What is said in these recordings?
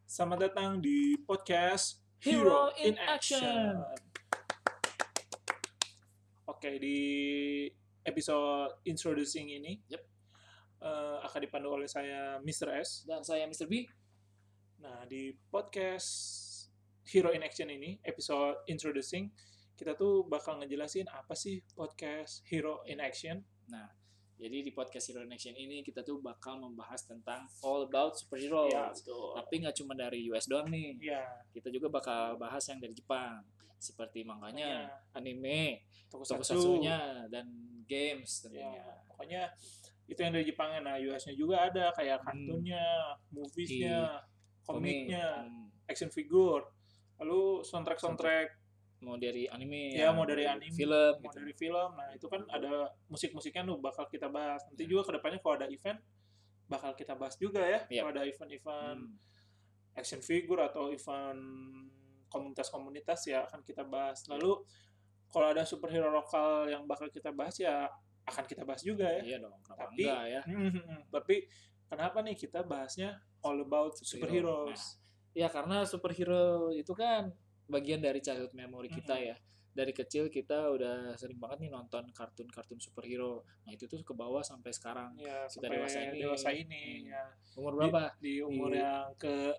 Selamat datang di podcast Hero in Action. Oke, di episode introducing ini Yep. Akan dipandu oleh saya Mr. S. Dan saya Mr. B. Nah, di podcast Hero in Action ini, episode introducing, kita tuh bakal ngejelasin apa sih podcast Hero in Action. Nah, jadi di podcast Hero in Action ini kita tuh bakal membahas tentang all about superhero. Ya, betul. Tapi nggak cuma dari US doang nih. Ya, Kita juga bakal bahas yang dari Jepang. Seperti manganya, anime, Tokusatsu. tokusatsunya, dan games tentunya. Ya, pokoknya itu yang dari Jepangnya. Nah, US-nya juga ada kayak kartunnya, movies-nya, komiknya, action figure, lalu soundtrack mau dari anime, ya mau dari anime, film, mau gitu. dari film. Nah, itu kan ada musik-musiknya tuh bakal kita bahas. Nanti juga kedepannya kalau ada event bakal kita bahas juga ya. Yep. Kalau ada event-event action figure atau event komunitas-komunitas ya akan kita bahas. Lalu kalau ada superhero lokal yang bakal kita bahas ya akan kita bahas juga ya. Iya dong, kenapa Tapi enggak ya? Tapi kenapa nih kita bahasnya all about superheroes? Nah, ya karena superhero itu kan bagian dari childhood memory kita ya. Dari kecil kita udah sering banget nih nonton kartun-kartun superhero. Nah itu tuh ke bawah sampai sekarang. Ya, Kita sampai dewasa ini. Ya. Umur berapa? Di umur yang ke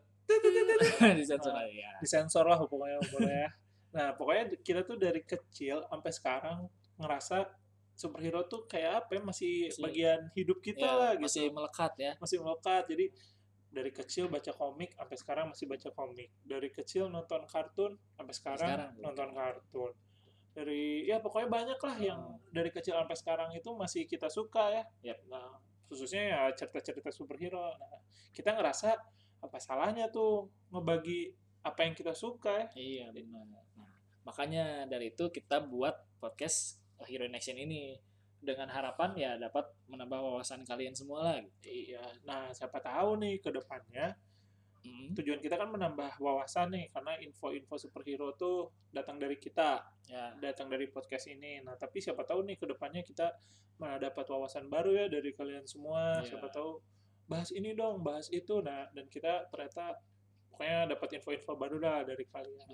disensor aja ya. Disensor lah pokoknya umurnya. Nah pokoknya kita tuh dari kecil sampai sekarang ngerasa superhero tuh kayak apa ya, masih bagian hidup kita ya, lah gitu. Masih melekat ya. Masih melekat. Jadi dari kecil baca komik sampai sekarang masih baca komik. Dari kecil nonton kartun sampai sekarang nonton kartun. Dari ya pokoknya banyak lah yang dari kecil sampai sekarang itu masih kita suka ya. Yep. Nah, khususnya ya cerita-cerita superhero. Nah, kita ngerasa apa salahnya tuh ngebagi apa yang kita suka ya. Iya benar. Nah, makanya dari itu kita buat podcast Hero in Action ini dengan harapan ya dapat menambah wawasan kalian semua lah gitu. Iya. Nah, siapa tahu nih ke depannya tujuan kita kan menambah wawasan nih karena info-info superhero tuh datang dari kita, ya, datang dari podcast ini. Nah, tapi siapa tahu nih ke depannya kita malah dapat wawasan baru ya dari kalian semua. Siapa tahu bahas ini dong, bahas itu. Nah, dan kita ternyata pokoknya dapat info-info baru lah dari kalian.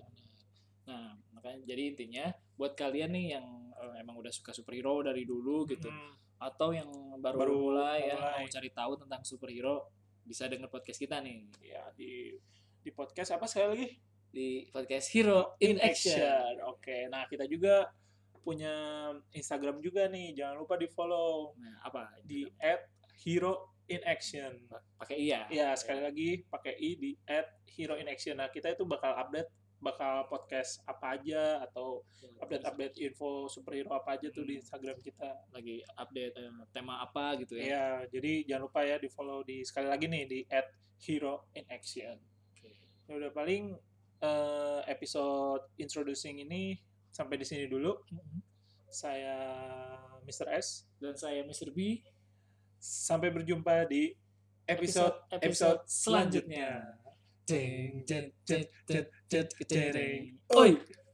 Nah, makanya jadi intinya buat kalian nih yang emang udah suka superhero dari dulu gitu, atau yang baru mulai mau cari tahu tentang superhero, bisa denger podcast kita nih. Ya, di podcast apa sekali lagi? Di podcast Hero in Action. Oke, nah kita juga punya Instagram juga nih, jangan lupa di follow. Nah, apa? Di @HeroInAction. Pakai i ya? Iya, sekali lagi pakai i di @HeroInAction. Nah, kita itu bakal podcast apa aja atau update info superhero apa aja tuh di Instagram kita. Lagi update tema apa gitu ya. Iya, jadi jangan lupa ya di follow sekali lagi nih di @HeroInAction. Ya udah paling episode introducing ini sampai di sini dulu. Saya Mr. S dan saya Mr. B. Sampai berjumpa di episode selanjutnya. Oi.